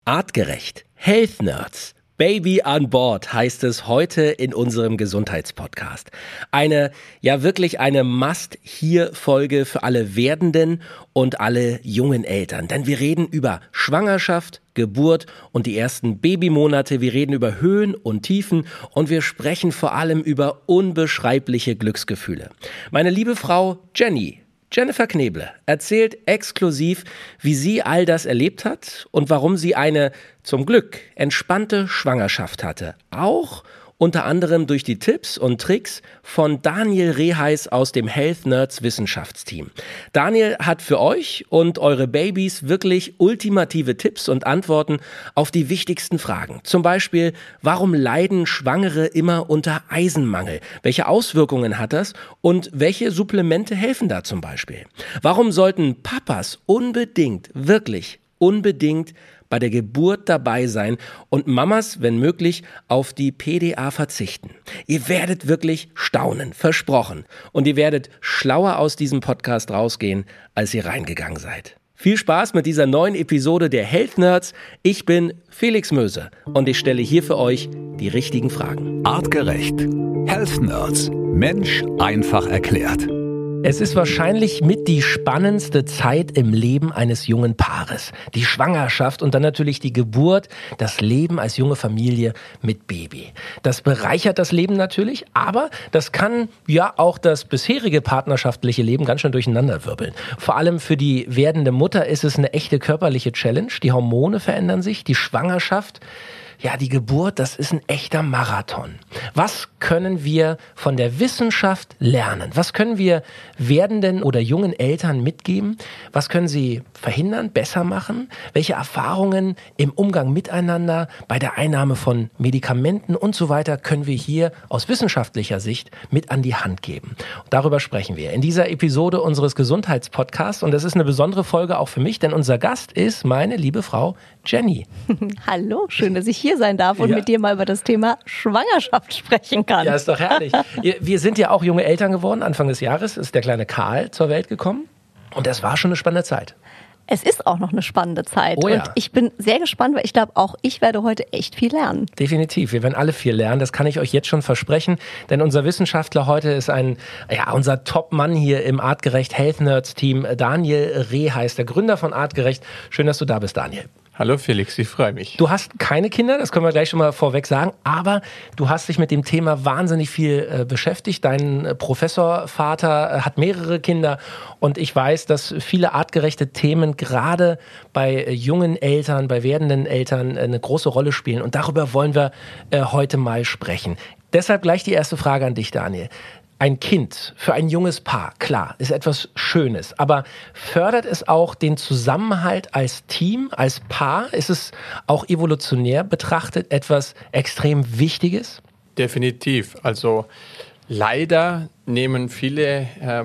Artgerecht. Health Nerds. Baby on Board heißt es heute in unserem Gesundheitspodcast. Wirklich eine Must-Hear-Folge für alle werdenden und alle jungen Eltern. Denn wir reden über Schwangerschaft, Geburt und die ersten Babymonate. Wir reden über Höhen und Tiefen und wir sprechen vor allem über unbeschreibliche Glücksgefühle. Meine liebe Frau Jennifer Kneble erzählt exklusiv, wie sie all das erlebt hat und warum sie eine, zum Glück, entspannte Schwangerschaft hatte. Auch unter anderem durch die Tipps und Tricks von Daniel Reheis aus dem Health Nerds Wissenschaftsteam. Daniel hat für euch und eure Babys wirklich ultimative Tipps und Antworten auf die wichtigsten Fragen. Zum Beispiel, warum leiden Schwangere immer unter Eisenmangel? Welche Auswirkungen hat das und welche Supplemente helfen da zum Beispiel? Warum sollten Papas unbedingt bei der Geburt dabei sein und Mamas, wenn möglich, auf die PDA verzichten? Ihr werdet wirklich staunen, versprochen. Und ihr werdet schlauer aus diesem Podcast rausgehen, als ihr reingegangen seid. Viel Spaß mit dieser neuen Episode der Health Nerds. Ich bin Felix Möse und ich stelle hier für euch die richtigen Fragen. Artgerecht. Health Nerds. Mensch einfach erklärt. Es ist wahrscheinlich mit die spannendste Zeit im Leben eines jungen Paares. Die Schwangerschaft und dann natürlich die Geburt, das Leben als junge Familie mit Baby. Das bereichert das Leben natürlich, aber das kann ja auch das bisherige partnerschaftliche Leben ganz schön durcheinanderwirbeln. Vor allem für die werdende Mutter ist es eine echte körperliche Challenge. Die Hormone verändern sich, die Schwangerschaft, ja, die Geburt, das ist ein echter Marathon. Was können wir von der Wissenschaft lernen? Was können wir werdenden oder jungen Eltern mitgeben? Was können sie verhindern, besser machen? Welche Erfahrungen im Umgang miteinander, bei der Einnahme von Medikamenten und so weiter können wir hier aus wissenschaftlicher Sicht mit an die Hand geben? Und darüber sprechen wir in dieser Episode unseres Gesundheitspodcasts. Und das ist eine besondere Folge auch für mich, denn unser Gast ist meine liebe Frau Jenny. Hallo, schön, dass ich hier sein darf und mit dir mal über das Thema Schwangerschaft sprechen kann. Ja, ist doch herrlich. Wir sind ja auch junge Eltern geworden. Anfang des Jahres ist der kleine Karl zur Welt gekommen. Und das war schon eine spannende Zeit. Es ist auch noch eine spannende Zeit. Oh ja. Und ich bin sehr gespannt, weil ich glaube, auch ich werde heute echt viel lernen. Definitiv. Wir werden alle viel lernen. Das kann ich euch jetzt schon versprechen. Denn unser Wissenschaftler heute ist unser Top-Mann hier im Artgerecht Health Nerds Team. Daniel Reheis, der Gründer von Artgerecht. Schön, dass du da bist, Daniel. Hallo Felix, ich freue mich. Du hast keine Kinder, das können wir gleich schon mal vorweg sagen, aber du hast dich mit dem Thema wahnsinnig viel beschäftigt. Dein Professorvater hat mehrere Kinder und ich weiß, dass viele artgerechte Themen gerade bei jungen Eltern, bei werdenden Eltern eine große Rolle spielen und darüber wollen wir heute mal sprechen. Deshalb gleich die erste Frage an dich, Daniel. Ein Kind für ein junges Paar, klar, ist etwas Schönes, aber fördert es auch den Zusammenhalt als Team, als Paar? Ist es auch evolutionär betrachtet etwas extrem Wichtiges? Definitiv. Also leider nehmen viele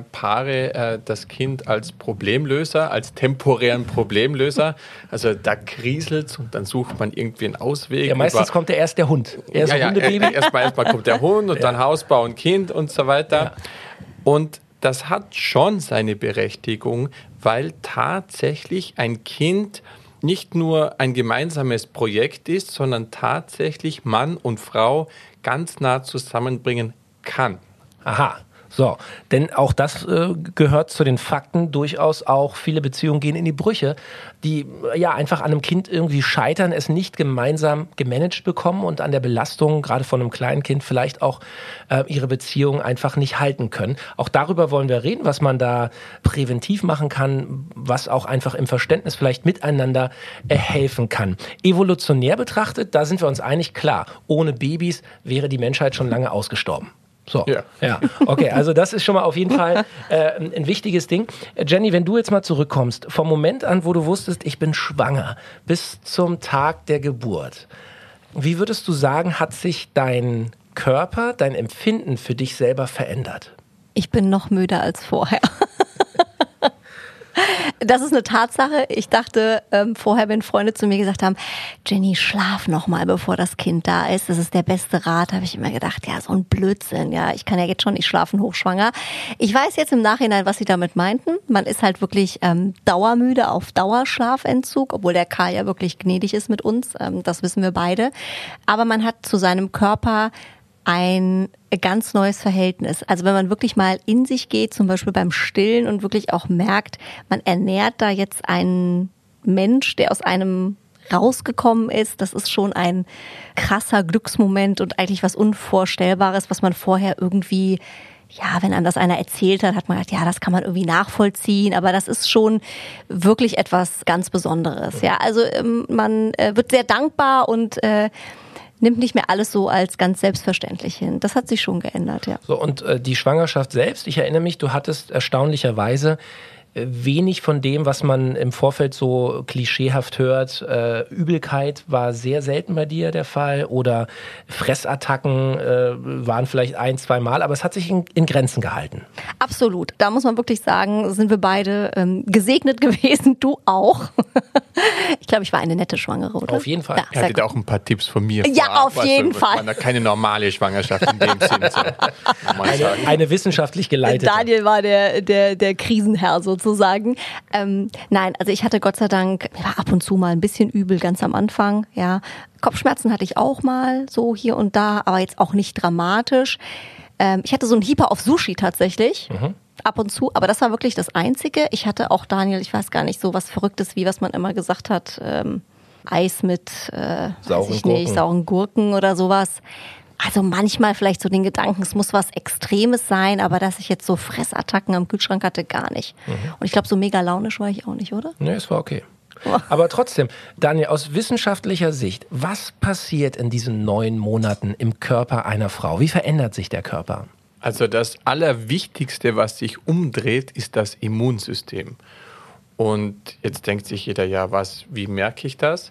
Paare das Kind als Problemlöser, als temporären Problemlöser. Also da kriselt's und dann sucht man irgendwie einen Ausweg. Ja, meistens kommt ja erst der Hund. Hundebaby. Erstmal kommt der Hund und dann Haus bauen, Kind und so weiter. Ja. Und das hat schon seine Berechtigung, weil tatsächlich ein Kind nicht nur ein gemeinsames Projekt ist, sondern tatsächlich Mann und Frau ganz nah zusammenbringen kann. Aha, so, denn auch das gehört zu den Fakten durchaus auch. Viele Beziehungen gehen in die Brüche, die ja einfach an einem Kind irgendwie scheitern, es nicht gemeinsam gemanagt bekommen und an der Belastung, gerade von einem kleinen Kind, vielleicht auch ihre Beziehung einfach nicht halten können. Auch darüber wollen wir reden, was man da präventiv machen kann, was auch einfach im Verständnis vielleicht miteinander helfen kann. Evolutionär betrachtet, da sind wir uns einig, klar, ohne Babys wäre die Menschheit schon lange ausgestorben. So, ja. Okay, also das ist schon mal auf jeden Fall ein wichtiges Ding. Jenny, wenn du jetzt mal zurückkommst, vom Moment an, wo du wusstest, ich bin schwanger, bis zum Tag der Geburt, wie würdest du sagen, hat sich dein Körper, dein Empfinden für dich selber verändert? Ich bin noch müder als vorher. Das ist eine Tatsache. Ich dachte vorher, wenn Freunde zu mir gesagt haben, Jenny, schlaf noch mal, bevor das Kind da ist. Das ist der beste Rat, habe ich immer gedacht, ja, so ein Blödsinn. Ja, ich kann ja jetzt schon nicht schlafen, hochschwanger. Ich weiß jetzt im Nachhinein, was sie damit meinten. Man ist halt wirklich dauermüde, auf Dauerschlafentzug, obwohl der Karl ja wirklich gnädig ist mit uns. Das wissen wir beide. Aber man hat zu seinem Körper ein ganz neues Verhältnis. Also wenn man wirklich mal in sich geht, zum Beispiel beim Stillen und wirklich auch merkt, man ernährt da jetzt einen Mensch, der aus einem rausgekommen ist, das ist schon ein krasser Glücksmoment und eigentlich was Unvorstellbares, was man vorher irgendwie, ja, wenn einem das einer erzählt hat, hat man gedacht, ja, das kann man irgendwie nachvollziehen, aber das ist schon wirklich etwas ganz Besonderes. Ja, also man wird sehr dankbar und nimmt nicht mehr alles so als ganz selbstverständlich hin. Das hat sich schon geändert, ja. So, und die Schwangerschaft selbst, ich erinnere mich, du hattest erstaunlicherweise wenig von dem, was man im Vorfeld so klischeehaft hört. Übelkeit war sehr selten bei dir der Fall oder Fressattacken waren vielleicht 1-2 Mal, aber es hat sich in Grenzen gehalten. Absolut. Da muss man wirklich sagen, sind wir beide gesegnet gewesen, du auch. Ich glaube, ich war eine nette Schwangere, oder? Auf jeden Fall. Ja, hattet auch ein paar Tipps von mir. Ja, auf jeden Fall. War keine normale Schwangerschaft in dem Sinn. So, eine wissenschaftlich geleitete. Daniel war der Krisenherr sozusagen. Nein, also ich hatte Gott sei Dank, mir war ab und zu mal ein bisschen übel, ganz am Anfang. Ja, Kopfschmerzen hatte ich auch mal, so hier und da, aber jetzt auch nicht dramatisch. Ich hatte so einen Hieper auf Sushi tatsächlich. Ab und zu, aber das war wirklich das Einzige. Ich hatte auch, Daniel, ich weiß gar nicht, so was Verrücktes, wie was man immer gesagt hat, Eis mit sauren Gurken oder sowas. Also manchmal vielleicht so den Gedanken, es muss was Extremes sein, aber dass ich jetzt so Fressattacken am Kühlschrank hatte, gar nicht. Und ich glaube, so mega launisch war ich auch nicht, oder? Nee, es war okay. Aber trotzdem, Daniel, aus wissenschaftlicher Sicht, was passiert in diesen 9 Monaten im Körper einer Frau? Wie verändert sich der Körper? Also das Allerwichtigste, was sich umdreht, ist das Immunsystem. Und jetzt denkt sich jeder, ja, wie merke ich das?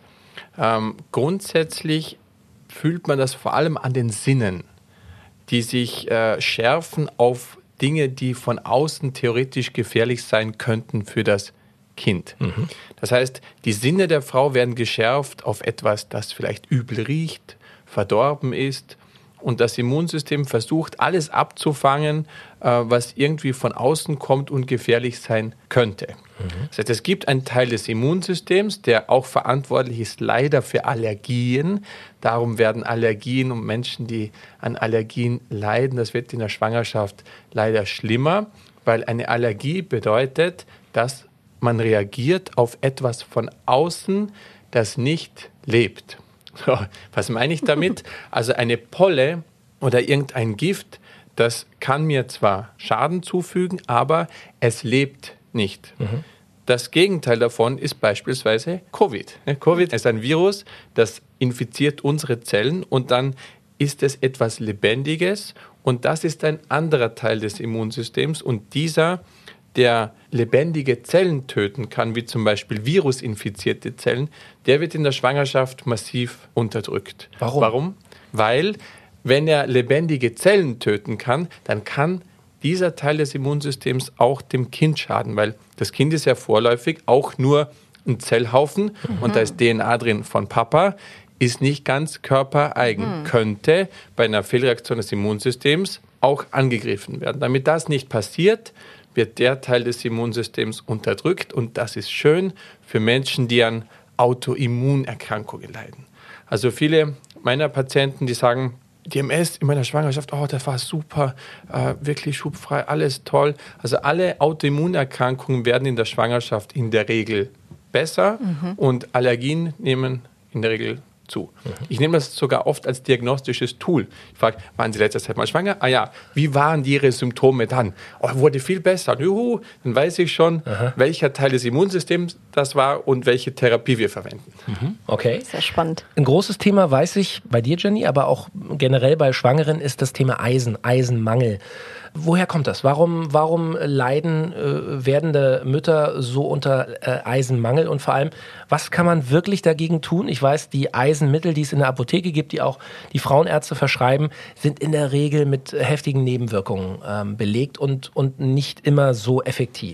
Grundsätzlich fühlt man das vor allem an den Sinnen, die sich schärfen auf Dinge, die von außen theoretisch gefährlich sein könnten für das Kind. Das heißt, die Sinne der Frau werden geschärft auf etwas, das vielleicht übel riecht, verdorben ist. Und das Immunsystem versucht, alles abzufangen, was irgendwie von außen kommt und gefährlich sein könnte. Das heißt, es gibt einen Teil des Immunsystems, der auch verantwortlich ist, leider für Allergien. Darum werden Allergien und Menschen, die an Allergien leiden, das wird in der Schwangerschaft leider schlimmer, weil eine Allergie bedeutet, dass man reagiert auf etwas von außen, das nicht lebt. So, was meine ich damit? Also eine Polle oder irgendein Gift, das kann mir zwar Schaden zufügen, aber es lebt nicht. Das Gegenteil davon ist beispielsweise Covid. Covid ist ein Virus, das infiziert unsere Zellen und dann ist es etwas Lebendiges und das ist ein anderer Teil des Immunsystems und dieser, der lebendige Zellen töten kann, wie zum Beispiel virusinfizierte Zellen, der wird in der Schwangerschaft massiv unterdrückt. Warum? Weil, wenn er lebendige Zellen töten kann, dann kann dieser Teil des Immunsystems auch dem Kind schaden, weil das Kind ist ja vorläufig auch nur ein Zellhaufen und da ist DNA drin von Papa, ist nicht ganz körpereigen, könnte bei einer Fehlreaktion des Immunsystems auch angegriffen werden. Damit das nicht passiert, wird der Teil des Immunsystems unterdrückt und das ist schön für Menschen, die an Autoimmunerkrankungen leiden. Also viele meiner Patienten, die sagen, die MS in meiner Schwangerschaft, oh, das war super, wirklich schubfrei, alles toll. Also alle Autoimmunerkrankungen werden in der Schwangerschaft in der Regel besser und Allergien nehmen in der Regel zu. Ich nehme das sogar oft als diagnostisches Tool. Ich frage, waren Sie letzte Zeit mal schwanger? Ah ja, wie waren Ihre Symptome dann? Oh, wurde viel besser. Juhu, dann weiß ich schon, welcher Teil des Immunsystems das war und welche Therapie wir verwenden. Okay. Sehr spannend. Ein großes Thema, weiß ich, bei dir, Jenny, aber auch generell bei Schwangeren ist das Thema Eisen, Eisenmangel. Woher kommt das? Warum leiden werdende Mütter so unter Eisenmangel? Und vor allem, was kann man wirklich dagegen tun? Ich weiß, die Eisenmittel, die es in der Apotheke gibt, die auch die Frauenärzte verschreiben, sind in der Regel mit heftigen Nebenwirkungen belegt und nicht immer so effektiv.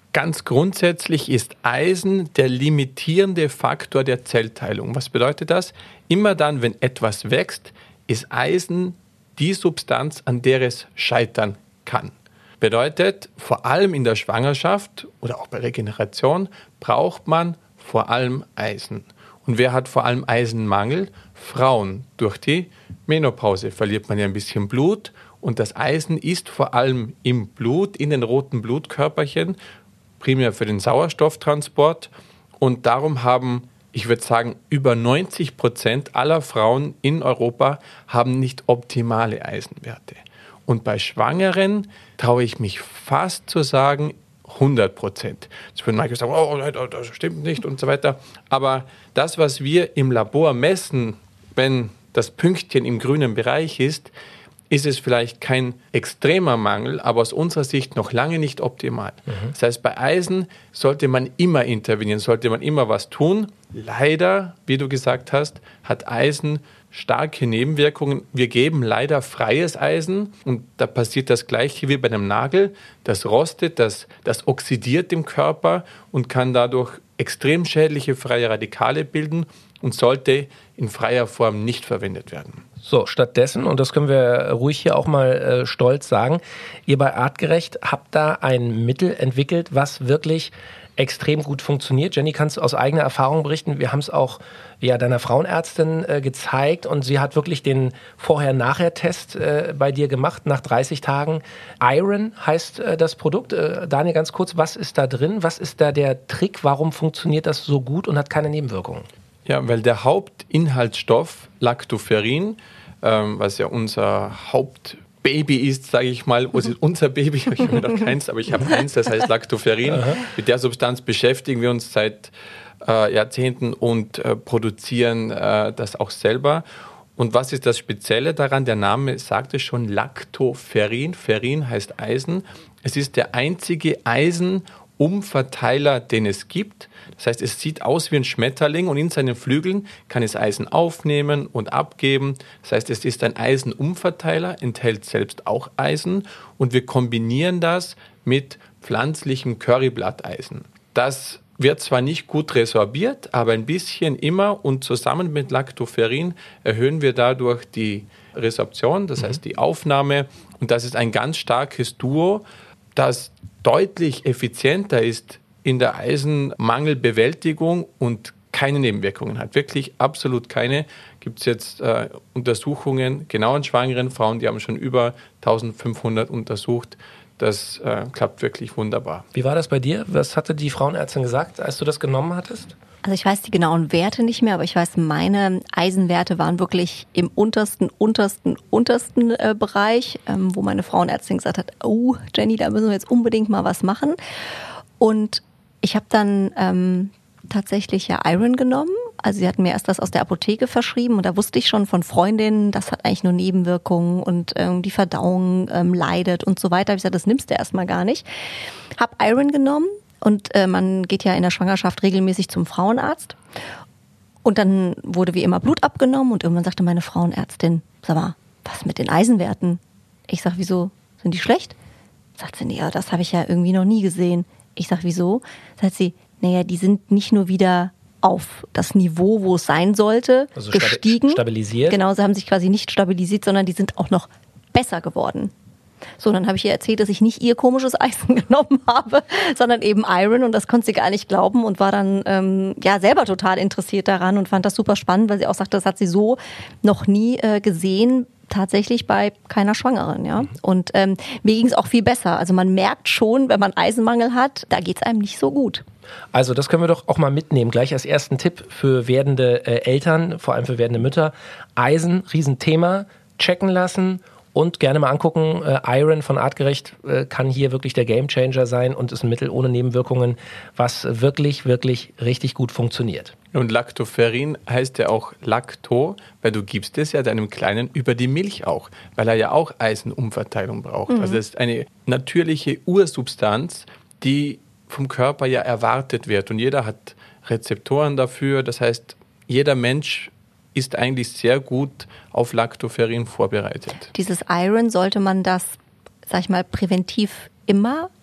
Ganz grundsätzlich ist Eisen der limitierende Faktor der Zellteilung. Was bedeutet das? Immer dann, wenn etwas wächst, ist Eisen die Substanz, an der es scheitern kann. Bedeutet, vor allem in der Schwangerschaft oder auch bei Regeneration braucht man vor allem Eisen. Und wer hat vor allem Eisenmangel? Frauen. Durch die Menopause verliert man ja ein bisschen Blut und das Eisen ist vor allem im Blut, in den roten Blutkörperchen, primär für den Sauerstofftransport. Und darum haben, ich würde sagen, über 90% aller Frauen in Europa haben nicht optimale Eisenwerte. Und bei Schwangeren traue ich mich fast zu sagen, 100%. Jetzt würden manche sagen, oh, das stimmt nicht und so weiter. Aber das, was wir im Labor messen, wenn das Pünktchen im grünen Bereich ist es vielleicht kein extremer Mangel, aber aus unserer Sicht noch lange nicht optimal. Das heißt, bei Eisen sollte man immer intervenieren, sollte man immer was tun. Leider, wie du gesagt hast, hat Eisen starke Nebenwirkungen. Wir geben leider freies Eisen und da passiert das Gleiche wie bei einem Nagel. Das rostet, das oxidiert im Körper und kann dadurch extrem schädliche freie Radikale bilden und sollte in freier Form nicht verwendet werden. So, stattdessen, und das können wir ruhig hier auch mal stolz sagen, ihr bei Artgerecht habt da ein Mittel entwickelt, was wirklich extrem gut funktioniert. Jenny, kannst du aus eigener Erfahrung berichten? Wir haben es auch deiner Frauenärztin gezeigt und sie hat wirklich den Vorher-Nachher-Test bei dir gemacht, nach 30 Tagen. Iron heißt das Produkt. Daniel, ganz kurz, was ist da drin? Was ist da der Trick? Warum funktioniert das so gut und hat keine Nebenwirkungen? Ja, weil der Hauptinhaltsstoff Lactoferrin, was ja unser Hauptbaby ist, sage ich mal, was ist unser Baby? Ich habe noch keins, aber ich habe eins, das heißt Lactoferrin. Mit der Substanz beschäftigen wir uns seit Jahrzehnten und produzieren das auch selber. Und was ist das Spezielle daran? Der Name sagt es schon, Lactoferrin. Ferrin heißt Eisen. Es ist der einzige Eisenumverteiler, den es gibt. Das heißt, es sieht aus wie ein Schmetterling und in seinen Flügeln kann es Eisen aufnehmen und abgeben. Das heißt, es ist ein Eisenumverteiler, enthält selbst auch Eisen und wir kombinieren das mit pflanzlichem Curryblatteisen. Das wird zwar nicht gut resorbiert, aber ein bisschen immer und zusammen mit Lactoferrin erhöhen wir dadurch die Resorption, das heißt die Aufnahme und das ist ein ganz starkes Duo, das deutlich effizienter ist in der Eisenmangelbewältigung und keine Nebenwirkungen hat. Wirklich absolut keine. Gibt es jetzt Untersuchungen, genau an schwangeren Frauen, die haben schon über 1500 untersucht. Das klappt wirklich wunderbar. Wie war das bei dir? Was hatte die Frauenärztin gesagt, als du das genommen hattest? Also ich weiß die genauen Werte nicht mehr, aber ich weiß, meine Eisenwerte waren wirklich im untersten Bereich, wo meine Frauenärztin gesagt hat, oh Jenny, da müssen wir jetzt unbedingt mal was machen. Und ich habe dann tatsächlich Iron genommen. Also sie hat mir erst das aus der Apotheke verschrieben und da wusste ich schon von Freundinnen, das hat eigentlich nur Nebenwirkungen und die Verdauung leidet und so weiter. Ich gesagt, das nimmst du erstmal gar nicht. Hab Iron genommen und man geht ja in der Schwangerschaft regelmäßig zum Frauenarzt. Und dann wurde wie immer Blut abgenommen und irgendwann sagte meine Frauenärztin, sag mal, was mit den Eisenwerten? Ich sag, wieso, sind die schlecht? Sagt sie, nee, das habe ich ja irgendwie noch nie gesehen. Ich sag, wieso? Sagt sie, naja, die sind nicht nur wieder auf das Niveau, wo es sein sollte, also gestiegen. Stabilisiert. Genau, sie haben sich quasi nicht stabilisiert, sondern die sind auch noch besser geworden. So, dann habe ich ihr erzählt, dass ich nicht ihr komisches Eisen genommen habe, sondern eben Iron und das konnte sie gar nicht glauben und war dann selber total interessiert daran und fand das super spannend, weil sie auch sagte, das hat sie so noch nie gesehen, tatsächlich bei keiner Schwangeren, ja. Und mir ging es auch viel besser. Also man merkt schon, wenn man Eisenmangel hat, da geht es einem nicht so gut. Also das können wir doch auch mal mitnehmen, gleich als ersten Tipp für werdende Eltern, vor allem für werdende Mütter. Eisen, Riesenthema, checken lassen und gerne mal angucken. Iron von Artgerecht kann hier wirklich der Gamechanger sein und ist ein Mittel ohne Nebenwirkungen, was wirklich, wirklich richtig gut funktioniert. Und Lactoferrin heißt ja auch Lacto, weil du gibst es ja deinem Kleinen über die Milch auch, weil er ja auch Eisenumverteilung braucht. Also das ist eine natürliche Ursubstanz, die vom Körper ja erwartet wird und jeder hat Rezeptoren dafür. Das heißt, jeder Mensch ist eigentlich sehr gut auf Lactoferrin vorbereitet. Dieses Iron, sollte man das, sag ich mal, präventiv immer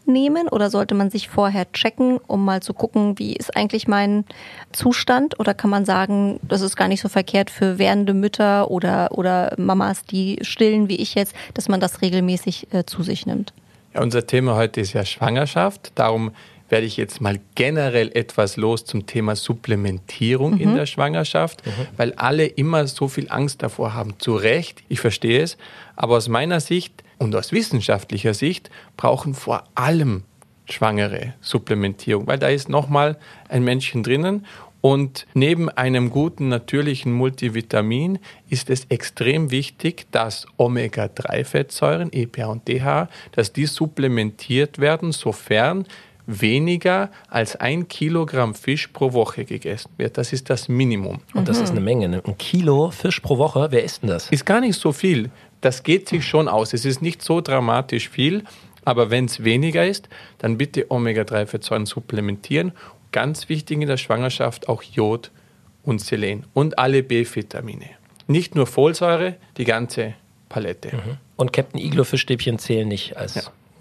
nehmen oder sollte man sich vorher checken, um mal zu gucken, wie ist eigentlich mein Zustand? Oder kann man sagen, das ist gar nicht so verkehrt für werdende Mütter oder Mamas, die stillen wie ich jetzt, dass man das regelmäßig zu sich nimmt? Ja, unser Thema heute ist ja Schwangerschaft. Darum werde ich jetzt mal generell etwas los zum Thema Supplementierung in der Schwangerschaft, weil alle immer so viel Angst davor haben. Zu Recht, ich verstehe es, aber aus meiner Sicht und aus wissenschaftlicher Sicht brauchen vor allem Schwangere Supplementierung, weil da ist nochmal ein Männchen drinnen. Und neben einem guten natürlichen Multivitamin ist es extrem wichtig, dass Omega-3-Fettsäuren, EPA und DHA, dass die supplementiert werden, sofern weniger als 1 Kilogramm Fisch pro Woche gegessen wird. Das ist das Minimum. Und das ist eine Menge, ne? 1 Kilo Fisch pro Woche, wer isst denn das? Ist gar nicht so viel. Das geht sich schon aus. Es ist nicht so dramatisch viel, aber wenn es weniger ist, dann bitte Omega-3-Fettsäuren supplementieren. Ganz wichtig in der Schwangerschaft auch Jod und Selen und alle B-Vitamine. Nicht nur Folsäure, die ganze Palette. Und Captain Iglo-Fischstäbchen zählen nicht als... Ja.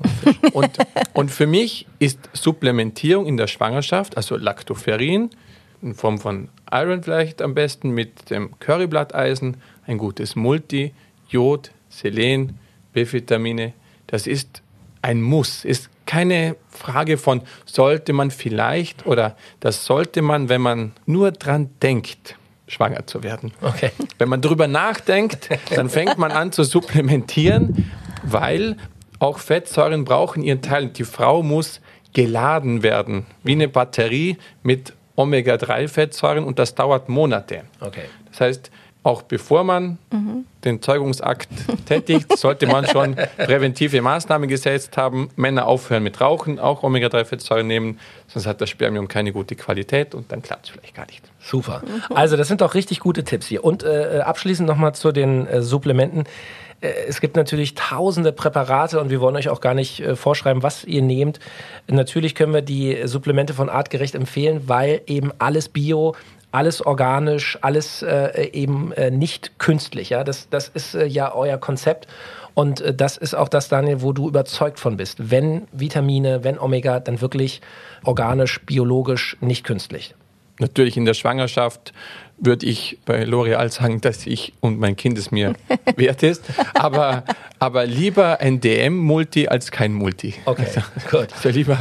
Und für mich ist Supplementierung in der Schwangerschaft, also Lactoferrin, in Form von Iron vielleicht am besten, mit dem Curryblatteisen, ein gutes Multi, Jod, Selen, B-Vitamine, das ist ein Muss, ist keine Frage von, sollte man vielleicht oder das sollte man, wenn man nur dran denkt, schwanger zu werden. Okay. Wenn man darüber nachdenkt, dann fängt man an zu supplementieren, weil auch Fettsäuren brauchen ihren Teil. Die Frau muss geladen werden, wie eine Batterie mit Omega-3-Fettsäuren und das dauert Monate. Okay. Das heißt, auch bevor man den Zeugungsakt tätigt, sollte man schon präventive Maßnahmen gesetzt haben. Männer aufhören mit Rauchen, auch Omega-3-Fettsäuren nehmen, sonst hat das Spermium keine gute Qualität und dann klappt es vielleicht gar nicht. Super. Also das sind doch richtig gute Tipps hier. Und abschließend nochmal zu den Supplementen. Es gibt natürlich tausende Präparate und wir wollen euch auch gar nicht vorschreiben, was ihr nehmt. Natürlich können wir die Supplemente von Artgerecht empfehlen, weil eben alles bio, alles organisch, alles eben nicht künstlich. Ja? Das ist ja euer Konzept und das ist auch das, Daniel, wo du überzeugt von bist. Wenn Vitamine, wenn Omega, dann wirklich organisch, biologisch, nicht künstlich. Natürlich in der Schwangerschaft würde ich bei L'Oreal sagen, dass ich und mein Kind es mir wert ist. Aber lieber ein DM-Multi als kein Multi. Okay, gut. Also lieber.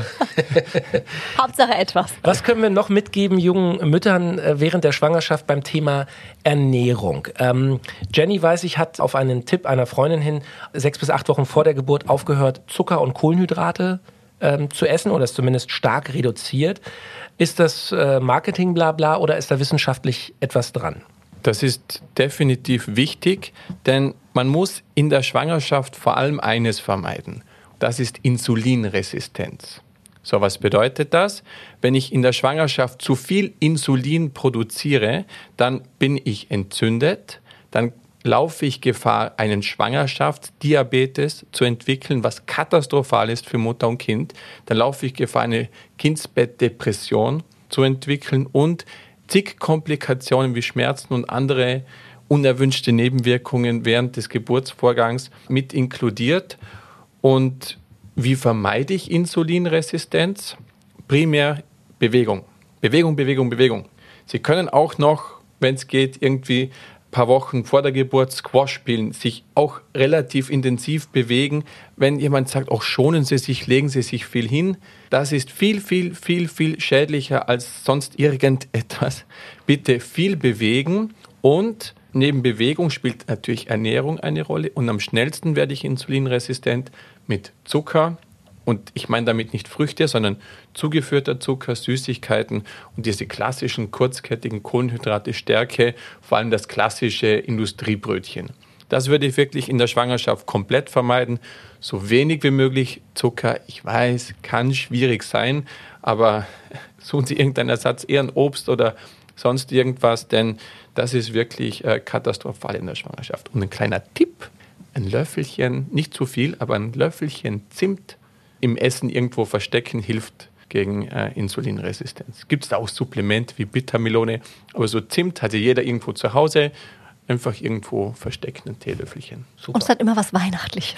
Hauptsache etwas. Was können wir noch mitgeben jungen Müttern während der Schwangerschaft beim Thema Ernährung? Jenny, weiß ich, hat auf einen Tipp einer Freundin hin 6 bis 8 Wochen vor der Geburt aufgehört, Zucker und Kohlenhydrate zu essen oder ist zumindest stark reduziert. Ist das Marketing blabla oder ist da wissenschaftlich etwas dran? Das ist definitiv wichtig, denn man muss in der Schwangerschaft vor allem eines vermeiden. Das ist Insulinresistenz. So, was bedeutet das? Wenn ich in der Schwangerschaft zu viel Insulin produziere, dann bin ich entzündet, dann laufe ich Gefahr, einen Schwangerschaftsdiabetes zu entwickeln, was katastrophal ist für Mutter und Kind. Dann laufe ich Gefahr, eine Kindsbettdepression zu entwickeln und zig Komplikationen wie Schmerzen und andere unerwünschte Nebenwirkungen während des Geburtsvorgangs mit inkludiert. Und wie vermeide ich Insulinresistenz? Primär Bewegung. Bewegung, Bewegung, Bewegung. Sie können auch noch, wenn es geht, irgendwie paar Wochen vor der Geburt Squash spielen, sich auch relativ intensiv bewegen. Wenn jemand sagt, auch schonen Sie sich, legen Sie sich viel hin, das ist viel, viel, viel, viel schädlicher als sonst irgendetwas. Bitte viel bewegen und neben Bewegung spielt natürlich Ernährung eine Rolle und am schnellsten werde ich insulinresistent mit Zucker. Und ich meine damit nicht Früchte, sondern zugeführter Zucker, Süßigkeiten und diese klassischen kurzkettigen Kohlenhydrate, Stärke, vor allem das klassische Industriebrötchen. Das würde ich wirklich in der Schwangerschaft komplett vermeiden. So wenig wie möglich Zucker, ich weiß, kann schwierig sein, aber suchen Sie irgendeinen Ersatz, eher ein Obst oder sonst irgendwas, denn das ist wirklich katastrophal in der Schwangerschaft. Und ein kleiner Tipp, ein Löffelchen, nicht zu viel, aber ein Löffelchen Zimt im Essen irgendwo verstecken, hilft gegen Insulinresistenz. Gibt es da auch Supplemente wie Bittermelone, aber so Zimt hat ja jeder irgendwo zu Hause, einfach irgendwo versteckt, ein Teelöffelchen. Super. Und es hat immer was Weihnachtliches.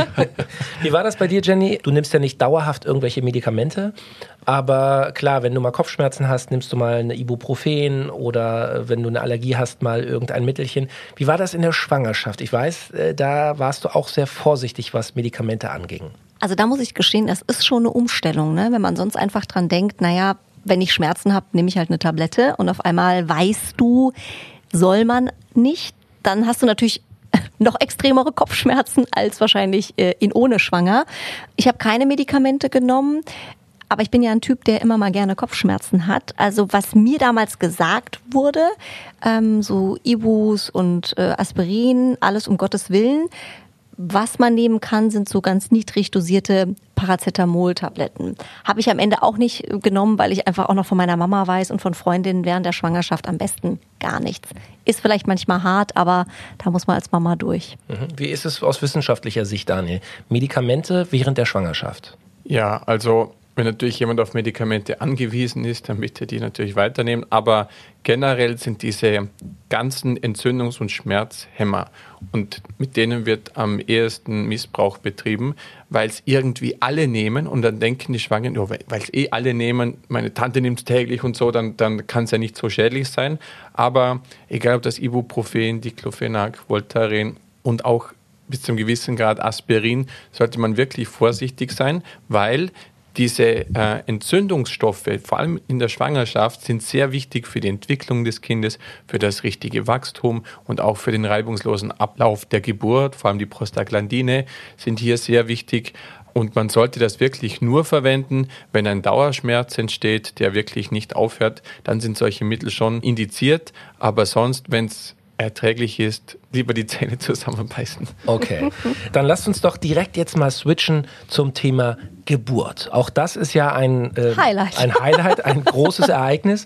Wie war das bei dir, Jenny? Du nimmst ja nicht dauerhaft irgendwelche Medikamente, aber klar, wenn du mal Kopfschmerzen hast, nimmst du mal eine Ibuprofen oder wenn du eine Allergie hast, mal irgendein Mittelchen. Wie war das in der Schwangerschaft? Ich weiß, da warst du auch sehr vorsichtig, was Medikamente anging. Also da muss ich gestehen, das ist schon eine Umstellung, ne? Wenn man sonst einfach dran denkt, naja, wenn ich Schmerzen habe, nehme ich halt eine Tablette und auf einmal weißt du, soll man nicht, dann hast du natürlich noch extremere Kopfschmerzen als wahrscheinlich in ohne schwanger. Ich habe keine Medikamente genommen, aber ich bin ja ein Typ, der immer mal gerne Kopfschmerzen hat. Also was mir damals gesagt wurde, so Ibus und Aspirin, alles um Gottes Willen. Was man nehmen kann, sind so ganz niedrig dosierte Paracetamol-Tabletten. Habe ich am Ende auch nicht genommen, weil ich einfach auch noch von meiner Mama weiß und von Freundinnen während der Schwangerschaft am besten gar nichts. Ist vielleicht manchmal hart, aber da muss man als Mama durch. Wie ist es aus wissenschaftlicher Sicht, Daniel? Medikamente während der Schwangerschaft? Ja, also wenn natürlich jemand auf Medikamente angewiesen ist, dann bitte die natürlich weiternehmen. Aber generell sind diese ganzen Entzündungs- und Schmerzhemmer und mit denen wird am ehesten Missbrauch betrieben, weil es irgendwie alle nehmen und dann denken die Schwangeren, ja, weil es alle nehmen, meine Tante nimmt es täglich und so, dann kann es ja nicht so schädlich sein. Aber egal ob das Ibuprofen, Diclofenac, Voltaren und auch bis zum gewissen Grad Aspirin, sollte man wirklich vorsichtig sein, weil diese Entzündungsstoffe, vor allem in der Schwangerschaft, sind sehr wichtig für die Entwicklung des Kindes, für das richtige Wachstum und auch für den reibungslosen Ablauf der Geburt. Vor allem die Prostaglandine sind hier sehr wichtig. Und man sollte das wirklich nur verwenden, wenn ein Dauerschmerz entsteht, der wirklich nicht aufhört. Dann sind solche Mittel schon indiziert. Aber sonst, wenn es erträglich ist, lieber die Zähne zusammenbeißen. Okay, dann lasst uns doch direkt jetzt mal switchen zum Thema Geburt. Auch das ist ja ein Highlight, ein großes Ereignis.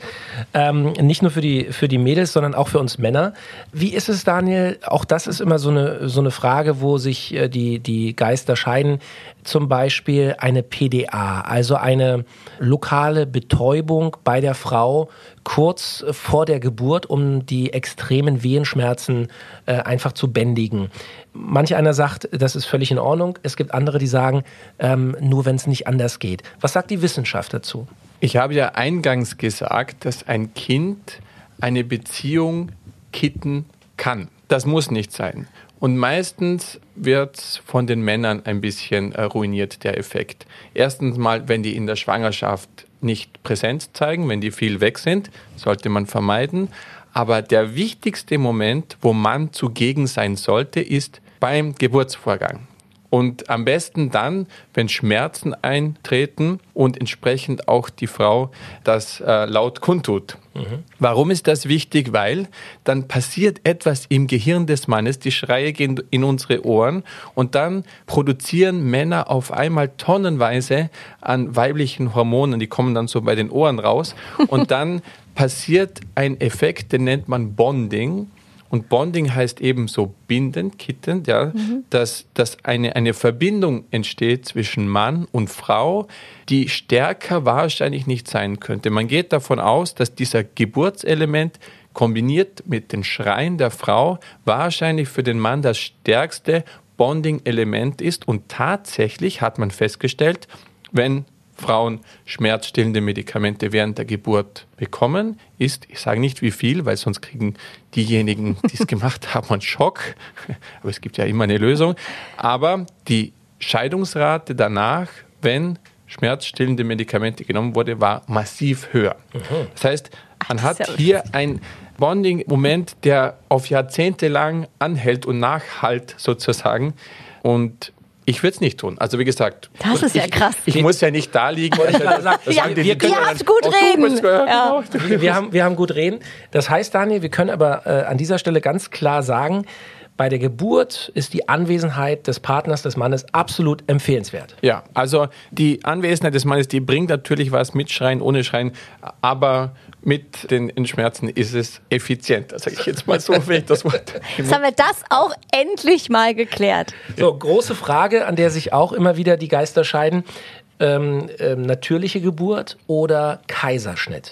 Nicht nur für die Mädels, sondern auch für uns Männer. Wie ist es, Daniel? Auch das ist immer so eine Frage, wo sich die Geister scheiden. Zum Beispiel eine PDA, also eine lokale Betäubung bei der Frau kurz vor der Geburt, um die extremen Wehenschmerzen einfach zu bändigen. Manch einer sagt, das ist völlig in Ordnung. Es gibt andere, die sagen, nur wenn es nicht anders geht. Was sagt die Wissenschaft dazu? Ich habe ja eingangs gesagt, dass ein Kind eine Beziehung kitten kann. Das muss nicht sein. Und meistens wird von den Männern ein bisschen ruiniert, der Effekt. Erstens mal, wenn die in der Schwangerschaft nicht Präsenz zeigen, wenn die viel weg sind, sollte man vermeiden. Aber der wichtigste Moment, wo man zugegen sein sollte, ist beim Geburtsvorgang. Und am besten dann, wenn Schmerzen eintreten und entsprechend auch die Frau das laut kundtut. Warum ist das wichtig? Weil dann passiert etwas im Gehirn des Mannes, die Schreie gehen in unsere Ohren und dann produzieren Männer auf einmal tonnenweise an weiblichen Hormonen, die kommen dann so bei den Ohren raus und dann passiert ein Effekt, den nennt man Bonding. Und Bonding heißt eben so binden, kitten, ja, dass eine Verbindung entsteht zwischen Mann und Frau, die stärker wahrscheinlich nicht sein könnte. Man geht davon aus, dass dieser Geburtselement kombiniert mit den Schreien der Frau wahrscheinlich für den Mann das stärkste Bonding-Element ist. Und tatsächlich hat man festgestellt, wenn Frauen schmerzstillende Medikamente während der Geburt bekommen, ich sage nicht wie viel, weil sonst kriegen diejenigen, die es gemacht haben, einen Schock. Aber es gibt ja immer eine Lösung. Aber die Scheidungsrate danach, wenn schmerzstillende Medikamente genommen wurde, war massiv höher. Das heißt, man hat hier ein Bonding-Moment, der auf Jahrzehnte lang anhält und nachhalt sozusagen. Und ich würde es nicht tun. Also wie gesagt, das ist ja krass. Ich muss ja nicht da liegen. Wir hast gut reden. Ja. Wir haben gut reden. Das heißt, Daniel, wir können aber an dieser Stelle ganz klar sagen, bei der Geburt ist die Anwesenheit des Partners, des Mannes absolut empfehlenswert. Ja, also die Anwesenheit des Mannes, die bringt natürlich was mit Schreien, ohne Schreien, aber mit den Schmerzen ist es effizienter, sage ich jetzt mal so, wenn ich das Wort. Jetzt haben wir das auch endlich mal geklärt. So, große Frage, an der sich auch immer wieder die Geister scheiden. Natürliche Geburt oder Kaiserschnitt?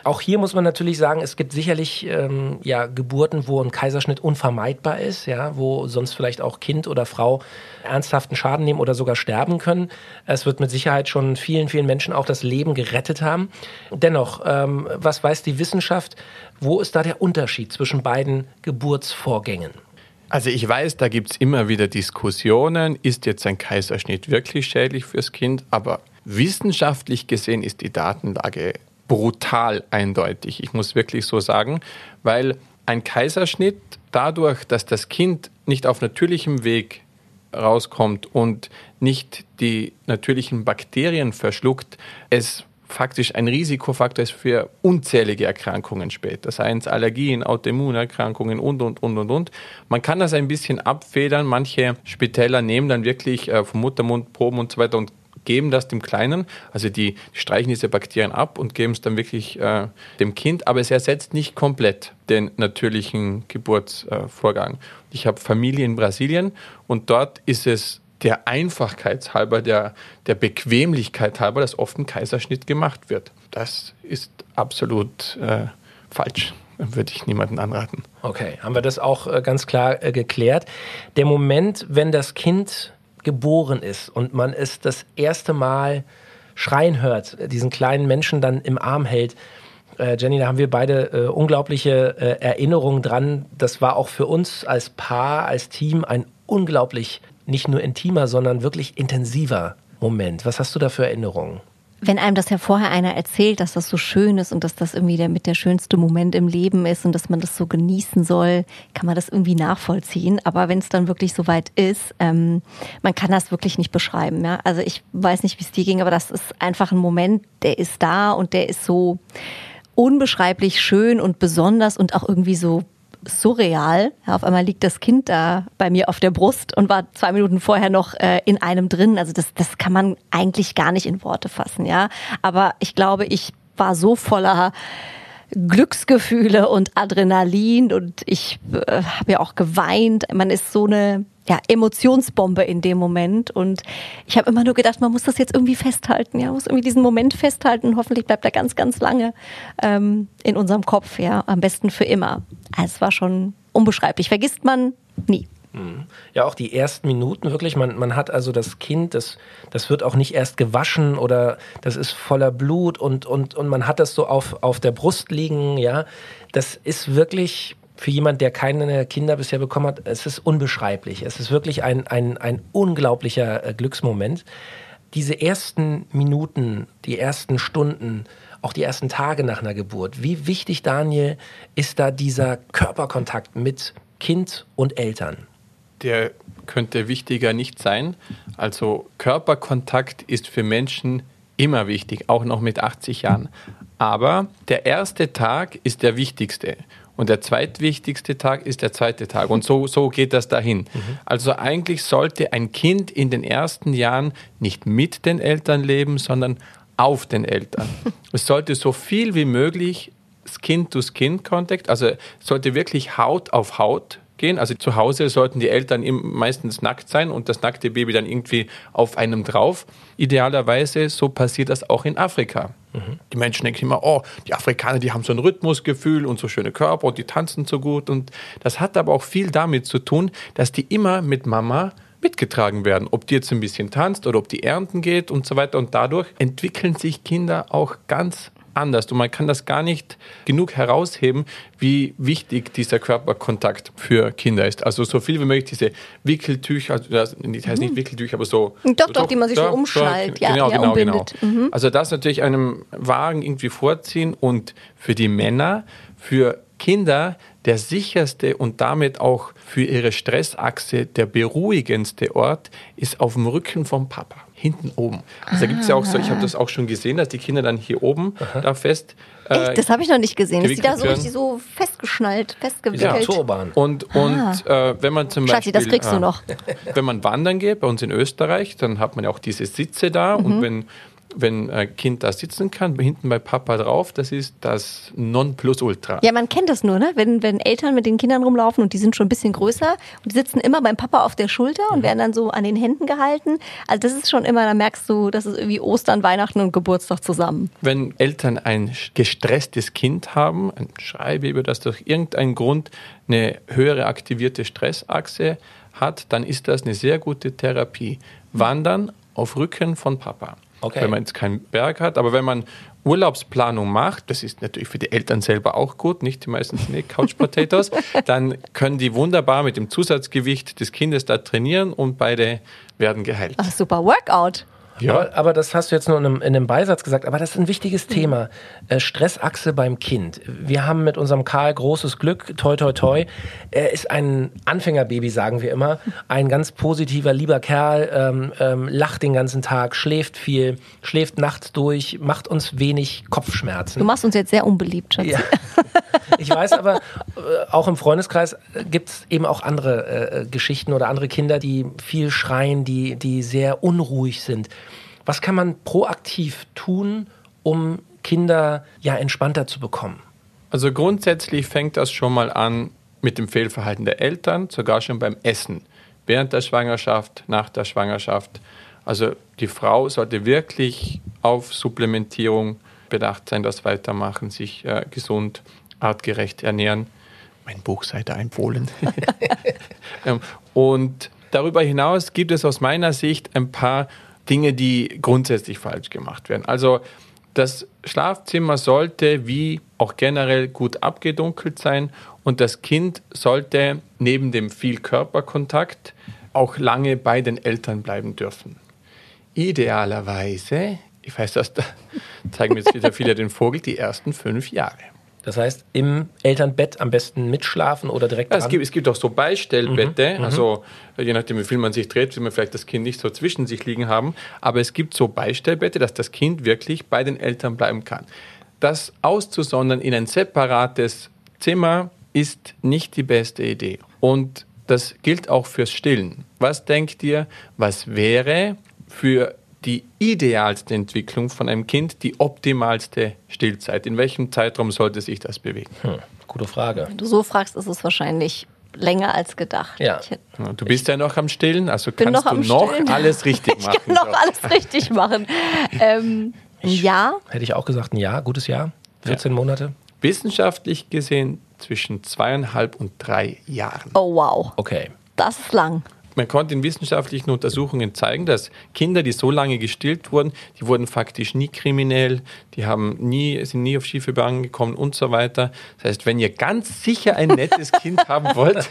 Auch hier muss man natürlich sagen, es gibt sicherlich Geburten, wo ein Kaiserschnitt unvermeidbar ist, ja, wo sonst vielleicht auch Kind oder Frau ernsthaften Schaden nehmen oder sogar sterben können. Es wird mit Sicherheit schon vielen, vielen Menschen auch das Leben gerettet haben. Dennoch, was weiß die Wissenschaft? Wo ist da der Unterschied zwischen beiden Geburtsvorgängen? Also ich weiß, da gibt es immer wieder Diskussionen, ist jetzt ein Kaiserschnitt wirklich schädlich fürs Kind, aber wissenschaftlich gesehen ist die Datenlage brutal eindeutig. Ich muss wirklich so sagen, weil ein Kaiserschnitt dadurch, dass das Kind nicht auf natürlichem Weg rauskommt und nicht die natürlichen Bakterien verschluckt, es faktisch ein Risikofaktor ist für unzählige Erkrankungen später, seien es Allergien, Autoimmunerkrankungen und. Man kann das ein bisschen abfedern. Manche Spitäler nehmen dann wirklich vom Muttermund Proben und so weiter und geben das dem Kleinen, also die streichen diese Bakterien ab und geben es dann wirklich dem Kind, aber es ersetzt nicht komplett den natürlichen Geburtsvorgang. Ich habe Familie in Brasilien und dort ist es der Einfachkeit halber, der Bequemlichkeit halber, dass oft ein Kaiserschnitt gemacht wird. Das ist absolut falsch. Würde ich niemandem anraten. Okay, haben wir das auch ganz klar geklärt. Der Moment, wenn das Kind geboren ist und man es das erste Mal schreien hört, diesen kleinen Menschen dann im Arm hält, Jenny, da haben wir beide unglaubliche Erinnerungen dran. Das war auch für uns als Paar, als Team ein unglaublich, nicht nur intimer, sondern wirklich intensiver Moment. Was hast du da für Erinnerungen? Wenn einem das ja vorher einer erzählt, dass das so schön ist und dass das irgendwie der schönste Moment im Leben ist und dass man das so genießen soll, kann man das irgendwie nachvollziehen. Aber wenn es dann wirklich so weit ist, man kann das wirklich nicht beschreiben. Ja? Also ich weiß nicht, wie es dir ging, aber das ist einfach ein Moment, der ist da und der ist so unbeschreiblich schön und besonders und auch irgendwie so surreal. Ja, auf einmal liegt das Kind da bei mir auf der Brust und war 2 Minuten vorher noch in einem drin. Also das kann man eigentlich gar nicht in Worte fassen, ja. Aber ich glaube, ich war so voller Glücksgefühle und Adrenalin und ich habe ja auch geweint. Man ist so eine Emotionsbombe in dem Moment und ich habe immer nur gedacht, man muss das jetzt irgendwie festhalten, ja, muss irgendwie diesen Moment festhalten und hoffentlich bleibt er ganz, ganz lange in unserem Kopf, ja, am besten für immer. Also es war schon unbeschreiblich, vergisst man nie. Ja, auch die ersten Minuten wirklich, man hat also das Kind, das wird auch nicht erst gewaschen oder das ist voller Blut und man hat das so auf der Brust liegen, ja, das ist wirklich für jemand, der keine Kinder bisher bekommen hat, es ist unbeschreiblich. Es ist wirklich ein unglaublicher Glücksmoment. Diese ersten Minuten, die ersten Stunden, auch die ersten Tage nach einer Geburt. Wie wichtig, Daniel, ist da dieser Körperkontakt mit Kind und Eltern? Der könnte wichtiger nicht sein. Also Körperkontakt ist für Menschen immer wichtig, auch noch mit 80 Jahren. Aber der erste Tag ist der wichtigste. Und der zweitwichtigste Tag ist der zweite Tag. Und so geht das dahin. Also eigentlich sollte ein Kind in den ersten Jahren nicht mit den Eltern leben, sondern auf den Eltern. Es sollte so viel wie möglich Skin-to-Skin-Contact, also es sollte wirklich Haut auf Haut gehen. Also zu Hause sollten die Eltern meistens nackt sein und das nackte Baby dann irgendwie auf einem drauf. Idealerweise, so passiert das auch in Afrika. Die Menschen denken immer, oh, die Afrikaner, die haben so ein Rhythmusgefühl und so schöne Körper und die tanzen so gut. Und das hat aber auch viel damit zu tun, dass die immer mit Mama mitgetragen werden. Ob die jetzt ein bisschen tanzt oder ob die ernten geht und so weiter. Und dadurch entwickeln sich Kinder auch ganz anders. Und man kann das gar nicht genug herausheben, wie wichtig dieser Körperkontakt für Kinder ist. Also so viel wie möglich diese Wickeltücher, das heißt nicht Wickeltücher, aber so... Doch, die man sich so umschnallt. Genau. Also das natürlich einem Wagen irgendwie vorziehen und für die Männer, für Kinder der sicherste und damit auch für ihre Stressachse der beruhigendste Ort ist auf dem Rücken vom Papa. Hinten oben. Also da gibt es ja auch so, ich habe das auch schon gesehen, dass die Kinder dann hier oben da fest... Echt? Das habe ich noch nicht gesehen. Ist die da so werden. richtig so festgeschnallt, festgewickelt? Ja, Turban. Und wenn man zum Schatzi, Beispiel... das kriegst du noch. Wenn man wandern geht, bei uns in Österreich, dann hat man ja auch diese Sitze da und wenn wenn ein Kind da sitzen kann, hinten bei Papa drauf, das ist das Nonplusultra. Ja, man kennt das nur, ne? Wenn Eltern mit den Kindern rumlaufen und die sind schon ein bisschen größer und die sitzen immer beim Papa auf der Schulter und werden dann so an den Händen gehalten. Also das ist schon immer, da merkst du, das ist irgendwie Ostern, Weihnachten und Geburtstag zusammen. Wenn Eltern ein gestresstes Kind haben, ein Schreibaby, das durch irgendeinen Grund eine höhere aktivierte Stressachse hat, dann ist das eine sehr gute Therapie. Wandern auf Rücken von Papa. Okay. Wenn man jetzt keinen Berg hat, aber wenn man Urlaubsplanung macht, das ist natürlich für die Eltern selber auch gut, nicht die meisten sind Couch Potatoes, dann können die wunderbar mit dem Zusatzgewicht des Kindes da trainieren und beide werden geheilt. Ach, super Workout. Ja, aber das hast du jetzt nur in einem Beisatz gesagt, aber das ist ein wichtiges Thema. Stressachse beim Kind. Wir haben mit unserem Karl großes Glück, toi toi toi. Er ist ein Anfängerbaby, sagen wir immer. Ein ganz positiver, lieber Kerl, lacht den ganzen Tag, schläft viel, schläft nachts durch, macht uns wenig Kopfschmerzen. Du machst uns jetzt sehr unbeliebt, Schatzi. Ja. Ich weiß aber, auch im Freundeskreis gibt es eben auch andere Geschichten oder andere Kinder, die viel schreien, die sehr unruhig sind. Was kann man proaktiv tun, um Kinder entspannter zu bekommen? Also grundsätzlich fängt das schon mal an mit dem Fehlverhalten der Eltern, sogar schon beim Essen. Während der Schwangerschaft, nach der Schwangerschaft. Also die Frau sollte wirklich auf Supplementierung bedacht sein, das weitermachen, sich gesund, artgerecht ernähren. Mein Buch sei da empfohlen. Und darüber hinaus gibt es aus meiner Sicht ein paar Dinge, die grundsätzlich falsch gemacht werden. Also das Schlafzimmer sollte wie auch generell gut abgedunkelt sein und das Kind sollte neben dem viel Körperkontakt auch lange bei den Eltern bleiben dürfen. Idealerweise, ich weiß, da zeigen mir jetzt wieder viele den Vogel, die ersten 5 Jahre. Das heißt, im Elternbett am besten mitschlafen oder direkt dran? Es gibt auch so Beistellbette, also je nachdem, wie viel man sich dreht, will man vielleicht das Kind nicht so zwischen sich liegen haben, aber es gibt so Beistellbette, dass das Kind wirklich bei den Eltern bleiben kann. Das auszusondern in ein separates Zimmer ist nicht die beste Idee. Und das gilt auch fürs Stillen. Was denkt ihr, was wäre für die idealste Entwicklung von einem Kind, die optimalste Stillzeit? In welchem Zeitraum sollte sich das bewegen? Gute Frage. Wenn du so fragst, ist es wahrscheinlich länger als gedacht. Ja. Du bist ja noch am Stillen, also bin kannst noch du am noch Stillen. alles richtig machen. Ich kann noch alles richtig machen. Ja. Hätte ich auch gesagt, ein Jahr, gutes Jahr, 14 Monate. Wissenschaftlich gesehen zwischen 2,5 und 3 Jahren. Oh wow. Okay. Das ist lang. Man konnte in wissenschaftlichen Untersuchungen zeigen, dass Kinder, die so lange gestillt wurden, die wurden faktisch nie kriminell, die sind nie auf schiefe Bahnen gekommen und so weiter. Das heißt, wenn ihr ganz sicher ein nettes Kind haben wollt,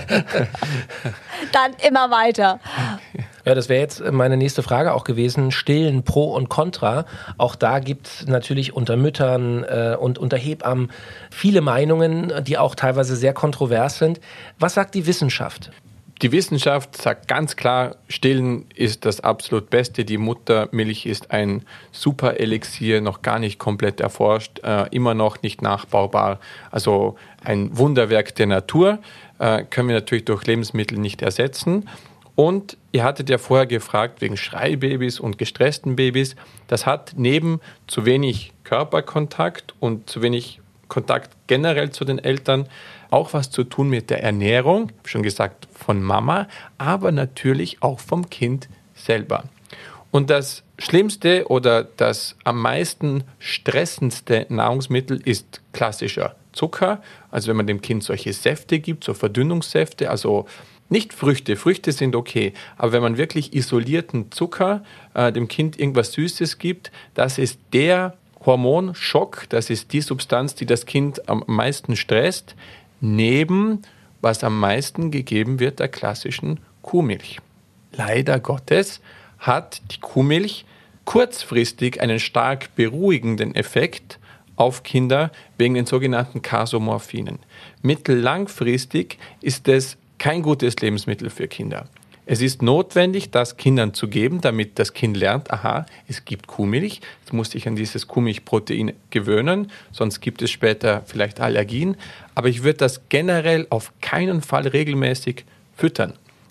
Dann immer weiter. Ja, das wäre jetzt meine nächste Frage auch gewesen. Stillen, Pro und Contra. Auch da gibt es natürlich unter Müttern und unter Hebammen viele Meinungen, die auch teilweise sehr kontrovers sind. Was sagt die Wissenschaft? die Wissenschaft sagt ganz klar, Stillen ist das absolut Beste. Die Muttermilch ist ein super Elixier, noch gar nicht komplett erforscht, immer noch nicht nachbaubar. Also ein Wunderwerk der Natur, können wir natürlich durch Lebensmittel nicht ersetzen. Und ihr hattet ja vorher gefragt wegen Schreibabys und gestressten Babys. Das hat neben zu wenig Körperkontakt und zu wenig Kontakt generell zu den Eltern auch was zu tun mit der Ernährung, schon gesagt, von Mama, aber natürlich auch vom Kind selber. Und das Schlimmste oder das am meisten stressendste Nahrungsmittel ist klassischer Zucker. Also wenn man dem Kind solche Säfte gibt, so Verdünnungssäfte, also nicht Früchte, Früchte sind okay, aber wenn man wirklich isolierten Zucker dem Kind irgendwas Süßes gibt, das ist der Hormonschock, das ist die Substanz, die das Kind am meisten stresst, neben was am meisten gegeben wird, der klassischen Kuhmilch. Leider Gottes hat die Kuhmilch kurzfristig einen stark beruhigenden Effekt auf Kinder wegen den sogenannten Casomorphinen. Mittellangfristig ist es kein gutes Lebensmittel für Kinder. Es ist notwendig, das Kindern zu geben, damit das Kind lernt, aha, es gibt Kuhmilch, jetzt muss ich an dieses Kuhmilchprotein gewöhnen, sonst gibt es später vielleicht Allergien. Aber ich würde das generell auf keinen Fall regelmäßig füttern.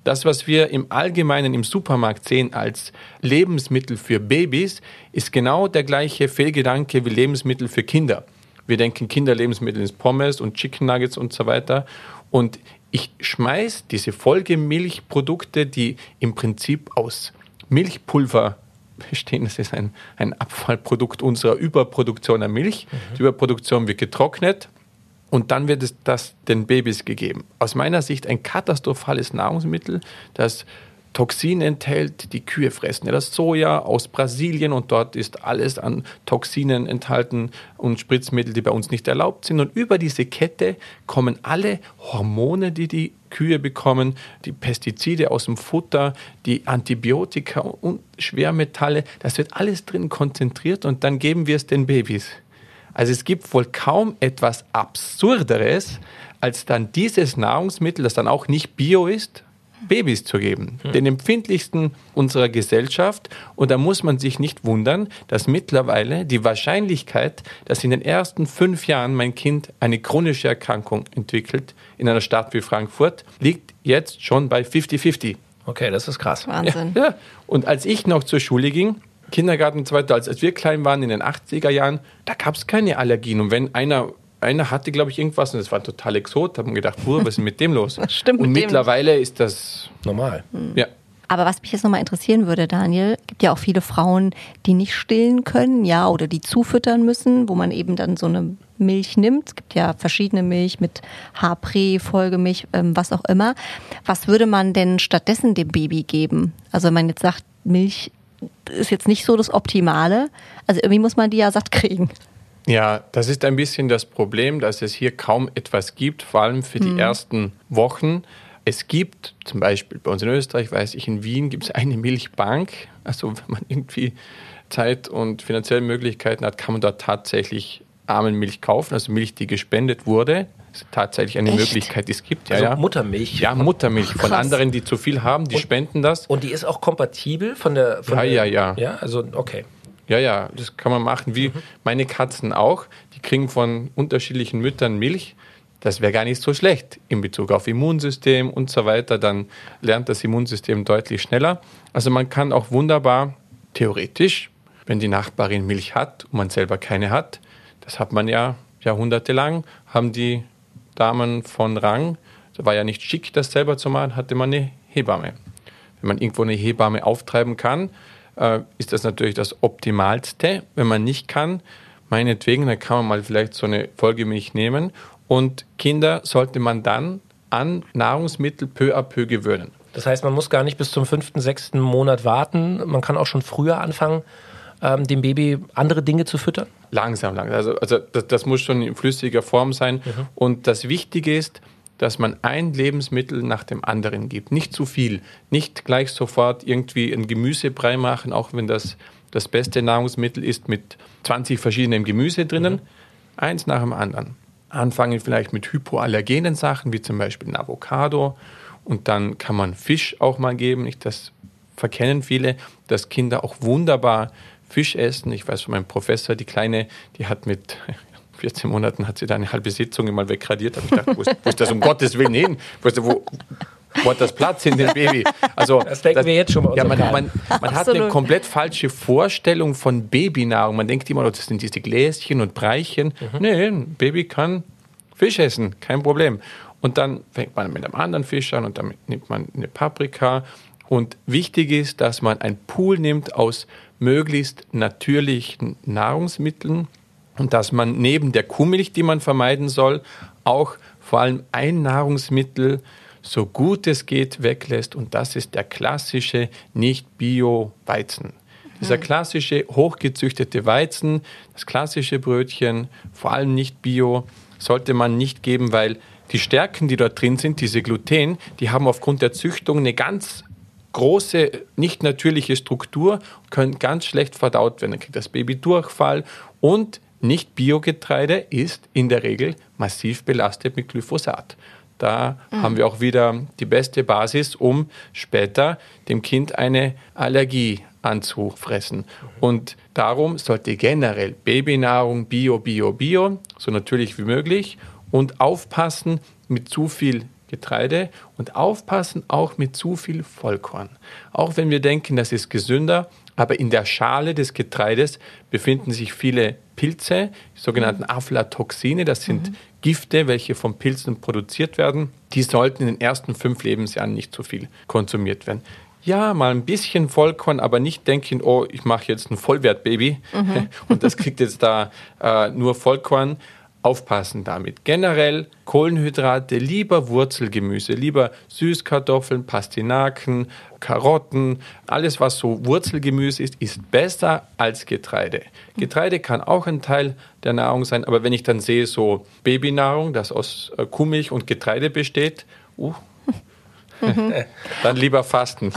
Das, was wir im Allgemeinen im Supermarkt sehen als Lebensmittel für Babys, ist genau der gleiche Fehlgedanke wie Lebensmittel für Kinder. Wir denken, Kinderlebensmittel ist Pommes und Chicken Nuggets und so weiter. Und ich schmeiß diese Folgemilchprodukte, die im Prinzip aus Milchpulver bestehen, das ist ein Abfallprodukt unserer Überproduktion an Milch. Die Überproduktion wird getrocknet. Und dann wird das den Babys gegeben. Aus meiner Sicht ein katastrophales Nahrungsmittel, das Toxine enthält, die Kühe fressen. Ja, das Soja aus Brasilien und dort ist alles an Toxinen enthalten und Spritzmittel, die bei uns nicht erlaubt sind. Und über diese Kette kommen alle Hormone, die die Kühe bekommen, die Pestizide aus dem Futter, die Antibiotika und Schwermetalle. Das wird alles drin konzentriert und dann geben wir es den Babys. Also es gibt wohl kaum etwas Absurderes, als dann dieses Nahrungsmittel, das dann auch nicht bio ist, Babys zu geben. Den empfindlichsten unserer Gesellschaft. Und da muss man sich nicht wundern, dass mittlerweile die Wahrscheinlichkeit, dass in den ersten 5 Jahren mein Kind eine chronische Erkrankung entwickelt, in einer Stadt wie Frankfurt, liegt jetzt schon bei 50-50. Okay, das ist krass. Wahnsinn. Ja. Und als ich noch zur Schule ging, Kindergarten und so weiter, als wir klein waren in den 80er Jahren, da gab es keine Allergien. Und wenn einer hatte, glaube ich, irgendwas und das war ein total Exot, haben wir gedacht, was ist mit dem los? Was stimmt und mit dem mittlerweile ist das Normal. Ja. Aber was mich jetzt nochmal interessieren würde, Daniel, gibt ja auch viele Frauen, die nicht stillen können, ja, oder die zufüttern müssen, wo man eben dann so eine Milch nimmt. Es gibt ja verschiedene Milch mit Haarprä, Folgemilch, was auch immer. Was würde man denn stattdessen dem Baby geben? Also wenn man jetzt sagt, Milch ist jetzt nicht so das Optimale. Also irgendwie muss man die ja satt kriegen. Ja, das ist ein bisschen das Problem, dass es hier kaum etwas gibt, vor allem für die ersten Wochen. Es gibt zum Beispiel bei uns in Österreich, weiß ich, in Wien gibt es eine Milchbank. Also wenn man irgendwie Zeit und finanzielle Möglichkeiten hat, kann man dort tatsächlich Armenmilch kaufen, also Milch, die gespendet wurde. Das ist tatsächlich eine Möglichkeit, die es gibt. Ja, Also Muttermilch. Ja, Muttermilch von Krass. anderen, die zu viel haben, die spenden das. Und die ist auch kompatibel von der... Ja. Ja, also okay. Ja, das kann man machen, wie meine Katzen auch. Die kriegen von unterschiedlichen Müttern Milch. Das wäre gar nicht so schlecht in Bezug auf Immunsystem und so weiter. Dann lernt das Immunsystem deutlich schneller. Also man kann auch wunderbar, theoretisch, wenn die Nachbarin Milch hat und man selber keine hat, das hat man ja jahrhundertelang, haben die Damen von Rang, das war ja nicht schick, das selber zu machen, hatte man eine Hebamme. Wenn man irgendwo eine Hebamme auftreiben kann, ist das natürlich das Optimalste. Wenn man nicht kann, meinetwegen, dann kann man mal vielleicht so eine Folgemilch nehmen. Und Kinder sollte man dann an Nahrungsmittel peu à peu gewöhnen. Das heißt, man muss gar nicht bis zum 5., 6. Monat warten. Man kann auch schon früher anfangen, dem Baby andere Dinge zu füttern? Langsam. Also das muss schon in flüssiger Form sein. Und das Wichtige ist, dass man ein Lebensmittel nach dem anderen gibt. Nicht zu viel. Nicht gleich sofort irgendwie einen Gemüsebrei machen, auch wenn das beste Nahrungsmittel ist mit 20 verschiedenen Gemüse drinnen. Eins nach dem anderen. Anfangen vielleicht mit hypoallergenen Sachen, wie zum Beispiel ein Avocado. Und dann kann man Fisch auch mal geben. Das verkennen viele, dass Kinder auch wunderbar Fisch essen. Ich weiß von meinem Professor, die Kleine, die hat mit 14 Monaten hat sie da eine halbe Sitzung mal wegradiert. Da habe ich gedacht, wo ist das um Gottes Willen hin? Wo hat das Platz in dem Baby? Also, das denken wir jetzt schon mal. Ja, man hat eine komplett falsche Vorstellung von Babynahrung. Man denkt immer, das sind diese Gläschen und Breichen. Nee, ein Baby kann Fisch essen, kein Problem. Und dann fängt man mit einem anderen Fisch an und dann nimmt man eine Paprika. Und wichtig ist, dass man einen Pool nimmt aus möglichst natürlichen Nahrungsmitteln und dass man neben der Kuhmilch, die man vermeiden soll, auch vor allem ein Nahrungsmittel so gut es geht weglässt und das ist der klassische Nicht-Bio-Weizen. Dieser klassische hochgezüchtete Weizen, das klassische Brötchen, vor allem nicht Bio, sollte man nicht geben, weil die Stärken, die dort drin sind, diese Gluten, die haben aufgrund der Züchtung eine ganz große, nicht natürliche Struktur, können ganz schlecht verdaut werden. Dann kriegt das Baby Durchfall und Nicht-Bio-Getreide ist in der Regel massiv belastet mit Glyphosat. Da haben wir auch wieder die beste Basis, um später dem Kind eine Allergie anzufressen. Und darum sollte generell Babynahrung Bio, so natürlich wie möglich und aufpassen mit zu viel Getreide und aufpassen auch mit zu viel Vollkorn. Auch wenn wir denken, das ist gesünder, aber in der Schale des Getreides befinden sich viele Pilze, die sogenannten Aflatoxine, das sind Gifte, welche von Pilzen produziert werden. Die sollten in den ersten 5 Lebensjahren nicht so viel konsumiert werden. Ja, mal ein bisschen Vollkorn, aber nicht denken, oh, ich mache jetzt ein Vollwertbaby und das kriegt jetzt da nur Vollkorn. Aufpassen damit. Generell Kohlenhydrate, lieber Wurzelgemüse, lieber Süßkartoffeln, Pastinaken, Karotten, alles was so Wurzelgemüse ist besser als Getreide. Getreide kann auch ein Teil der Nahrung sein, aber wenn ich dann sehe, so Babynahrung, das aus Kuhmilch und Getreide besteht, dann lieber fasten.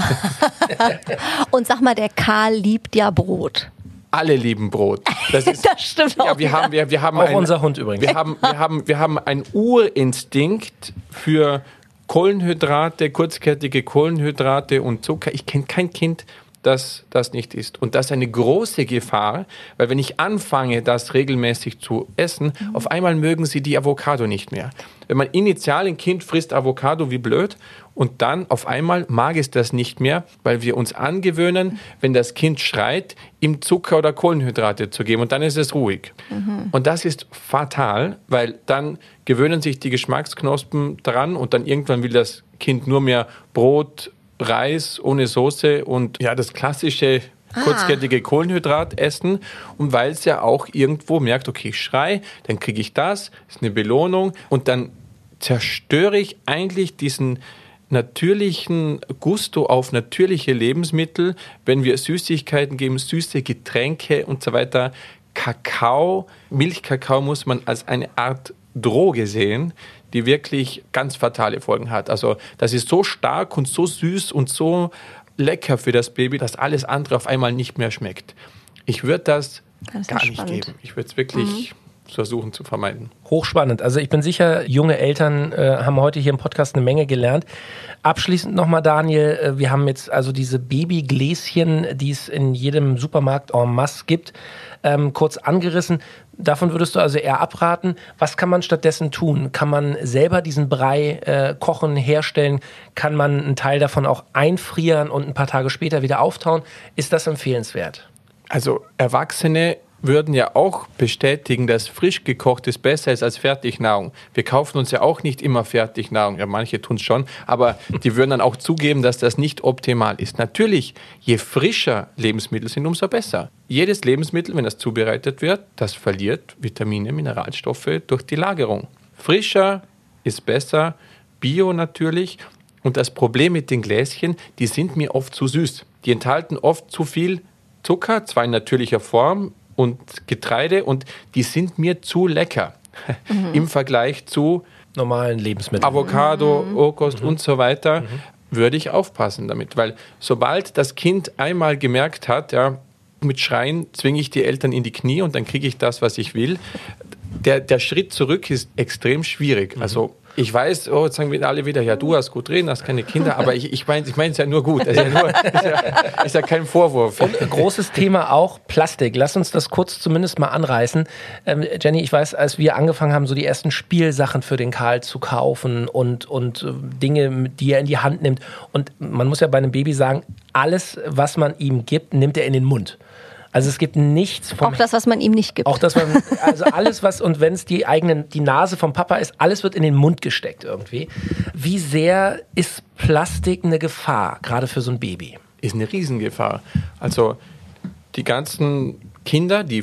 Und sag mal, der Karl liebt ja Brot. Alle lieben Brot. Das stimmt auch. Ja, wir haben auch unser Hund übrigens. Wir haben einen Urinstinkt für Kohlenhydrate, kurzkettige Kohlenhydrate und Zucker. Ich kenne kein Kind, das das nicht isst. Und das ist eine große Gefahr, weil wenn ich anfange, das regelmäßig zu essen, auf einmal mögen sie die Avocado nicht mehr. Wenn man initial ein Kind frisst Avocado wie blöd und dann auf einmal mag es das nicht mehr, weil wir uns angewöhnen, wenn das Kind schreit, ihm Zucker oder Kohlenhydrate zu geben und dann ist es ruhig. Und das ist fatal, weil dann gewöhnen sich die Geschmacksknospen dran und dann irgendwann will das Kind nur mehr Brot, Reis ohne Soße und ja, das klassische kurzkettige Kohlenhydrat essen. Und weil es ja auch irgendwo merkt, okay, ich schrei, dann kriege ich das, ist eine Belohnung. Und dann zerstöre ich eigentlich diesen natürlichen Gusto auf natürliche Lebensmittel, wenn wir Süßigkeiten geben, süße Getränke und so weiter. Kakao, Milchkakao muss man als eine Art Droge sehen, die wirklich ganz fatale Folgen hat. Also das ist so stark und so süß und so lecker für das Baby, dass alles andere auf einmal nicht mehr schmeckt. Ich würde das gar nicht geben. Ich würde es wirklich versuchen zu vermeiden. Hochspannend. Also ich bin sicher, junge Eltern haben heute hier im Podcast eine Menge gelernt. Abschließend nochmal, Daniel, wir haben jetzt also diese Babygläschen, die es in jedem Supermarkt en masse gibt, kurz angerissen. Davon würdest du also eher abraten. Was kann man stattdessen tun? Kann man selber diesen Brei kochen, herstellen? Kann man einen Teil davon auch einfrieren und ein paar Tage später wieder auftauen? Ist das empfehlenswert? Also Erwachsene würden ja auch bestätigen, dass frisch gekochtes besser ist als Fertignahrung. Wir kaufen uns ja auch nicht immer Fertignahrung. Ja, manche tun es schon, aber die würden dann auch zugeben, dass das nicht optimal ist. Natürlich, je frischer Lebensmittel sind, umso besser. Jedes Lebensmittel, wenn das zubereitet wird, das verliert Vitamine, Mineralstoffe durch die Lagerung. Frischer ist besser, Bio natürlich. Und das Problem mit den Gläschen, die sind mir oft zu süß. Die enthalten oft zu viel Zucker, zwar in natürlicher Form, und Getreide und die sind mir zu lecker im Vergleich zu normalen Lebensmitteln. Avocado, Rohkost und so weiter, würde ich aufpassen damit, weil sobald das Kind einmal gemerkt hat, ja, mit Schreien zwinge ich die Eltern in die Knie und dann kriege ich das, was ich will, der Schritt zurück ist extrem schwierig. Also ich weiß, jetzt sagen wir alle wieder, ja, du hast gut reden, hast keine Kinder, aber ich meine es ja nur gut. Ist ja kein Vorwurf. Und großes Thema auch Plastik. Lass uns das kurz zumindest mal anreißen. Jenny, ich weiß, als wir angefangen haben, so die ersten Spielsachen für den Karl zu kaufen und Dinge, die er in die Hand nimmt. Und man muss ja bei einem Baby sagen, alles, was man ihm gibt, nimmt er in den Mund. Also es gibt nichts von... Auch das, was man ihm nicht gibt. Auch das, also alles, was, und wenn es die Nase vom Papa ist, alles wird in den Mund gesteckt irgendwie. Wie sehr ist Plastik eine Gefahr, gerade für so ein Baby? Ist eine Riesengefahr. Also die ganzen Kinder, die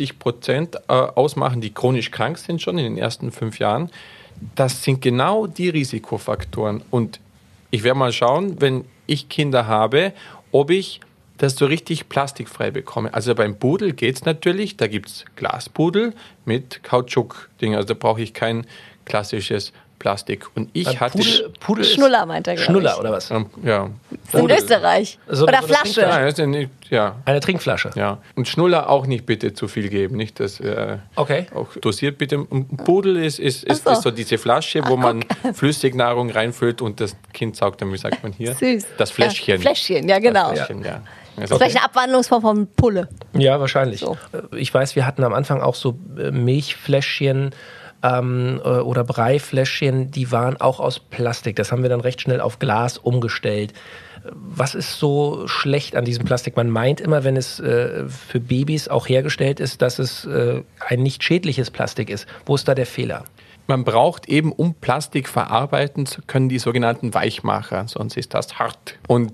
50% ausmachen, die chronisch krank sind schon in den ersten 5 Jahren, das sind genau die Risikofaktoren. Und ich werde mal schauen, wenn ich Kinder habe, ob ich das so richtig plastikfrei bekomme. Also beim Pudel geht es natürlich, da gibt es Glaspudel mit Kautschuk-Ding, also da brauche ich kein klassisches Plastik. Und ich hatte... Pudel Schnuller meint er, glaube ich. Schnuller oder was? Ja. In Österreich. Oder Flasche. Eine Trinkflasche. Ja. Und Schnuller auch nicht bitte zu viel geben. Nicht, dass, okay. Auch dosiert bitte. Und Pudel ist so diese Flasche, wo man Flüssignahrung reinfüllt und das Kind saugt dann, wie sagt man hier? Süß. Das Fläschchen. Ja, Fläschchen, ja genau. Das Fläschchen, ja. Das ist vielleicht eine Abwandlungsform von Pulle. Ja, wahrscheinlich. So. Ich weiß, wir hatten am Anfang auch so Milchfläschchen, oder Breifläschchen, die waren auch aus Plastik. Das haben wir dann recht schnell auf Glas umgestellt. Was ist so schlecht an diesem Plastik? Man meint immer, wenn es für Babys auch hergestellt ist, dass es ein nicht schädliches Plastik ist. Wo ist da der Fehler? Man braucht eben, um Plastik verarbeiten zu können, die sogenannten Weichmacher, sonst ist das hart. Und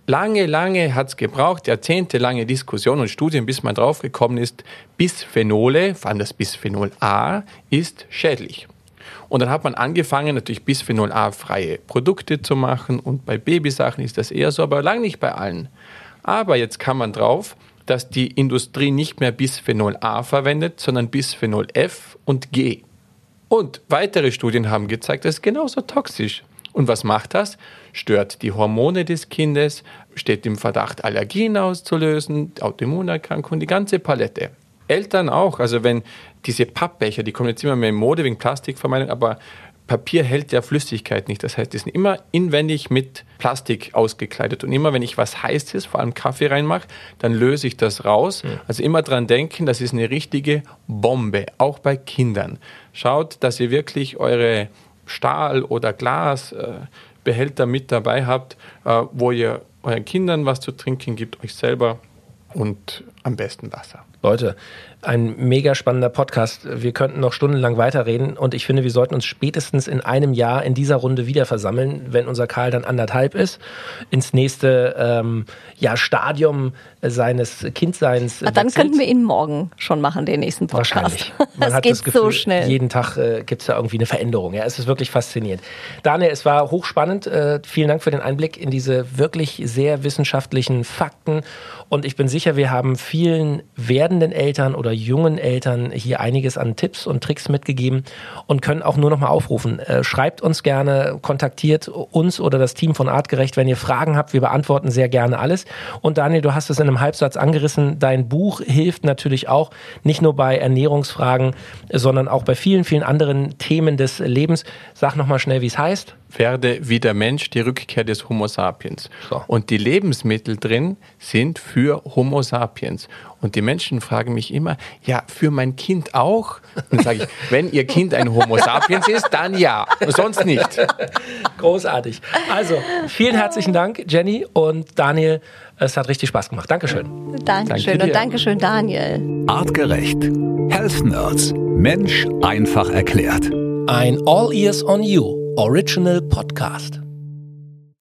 lange hat es gebraucht, jahrzehntelange Diskussionen und Studien, bis man draufgekommen ist, Bisphenole, vor allem das Bisphenol A, ist schädlich. Und dann hat man angefangen, natürlich Bisphenol A-freie Produkte zu machen und bei Babysachen ist das eher so, aber lange nicht bei allen. Aber jetzt kam man drauf, dass die Industrie nicht mehr Bisphenol A verwendet, sondern Bisphenol F und G. Und weitere Studien haben gezeigt, das ist genauso toxisch. Und was macht das? Stört die Hormone des Kindes, steht im Verdacht, Allergien auszulösen, Autoimmunerkrankungen, die ganze Palette. Eltern auch, also wenn diese Pappbecher, die kommen jetzt immer mehr in Mode wegen Plastikvermeidung, aber Papier hält ja Flüssigkeit nicht. Das heißt, die sind immer inwendig mit Plastik ausgekleidet. Und immer, wenn ich was Heißes, vor allem Kaffee reinmache, dann löse ich das raus. Also immer dran denken, das ist eine richtige Bombe, auch bei Kindern. Schaut, dass ihr wirklich eure Stahl- oder Glasbehälter mit dabei habt, wo ihr euren Kindern was zu trinken gibt, euch selber und am besten Wasser. Leute, ein mega spannender Podcast. Wir könnten noch stundenlang weiterreden und ich finde, wir sollten uns spätestens in einem Jahr in dieser Runde wieder versammeln, wenn unser Karl dann 1,5 ist, ins nächste Stadium seines Kindseins Dann wechselt. Könnten wir ihn morgen schon machen, den nächsten Podcast. Wahrscheinlich. Man hat geht das Gefühl, so schnell. Jeden Tag gibt es da irgendwie eine Veränderung. Ja, es ist wirklich faszinierend. Daniel, es war hochspannend. Vielen Dank für den Einblick in diese wirklich sehr wissenschaftlichen Fakten. Und ich bin sicher, wir haben vielen werdenden Eltern oder jungen Eltern hier einiges an Tipps und Tricks mitgegeben und können auch nur noch mal aufrufen. Schreibt uns gerne, kontaktiert uns oder das Team von Artgerecht, wenn ihr Fragen habt. Wir beantworten sehr gerne alles. Und Daniel, du hast es in einem Halbsatz angerissen. Dein Buch hilft natürlich auch nicht nur bei Ernährungsfragen, sondern auch bei vielen, vielen anderen Themen des Lebens. Sag noch mal schnell, wie es heißt. Werde wie der Mensch, die Rückkehr des Homo sapiens. So. Und die Lebensmittel drin sind für Homo sapiens. Und die Menschen fragen mich immer, ja, für mein Kind auch? Dann sage ich, wenn ihr Kind ein Homo sapiens ist, dann ja, sonst nicht. Großartig. Also, vielen herzlichen Dank, Jenny und Daniel. Es hat richtig Spaß gemacht. Dankeschön. Dankeschön und Dankeschön, Daniel. Artgerecht. Health Nerds. Mensch einfach erklärt. Ein All Ears on You Original Podcast.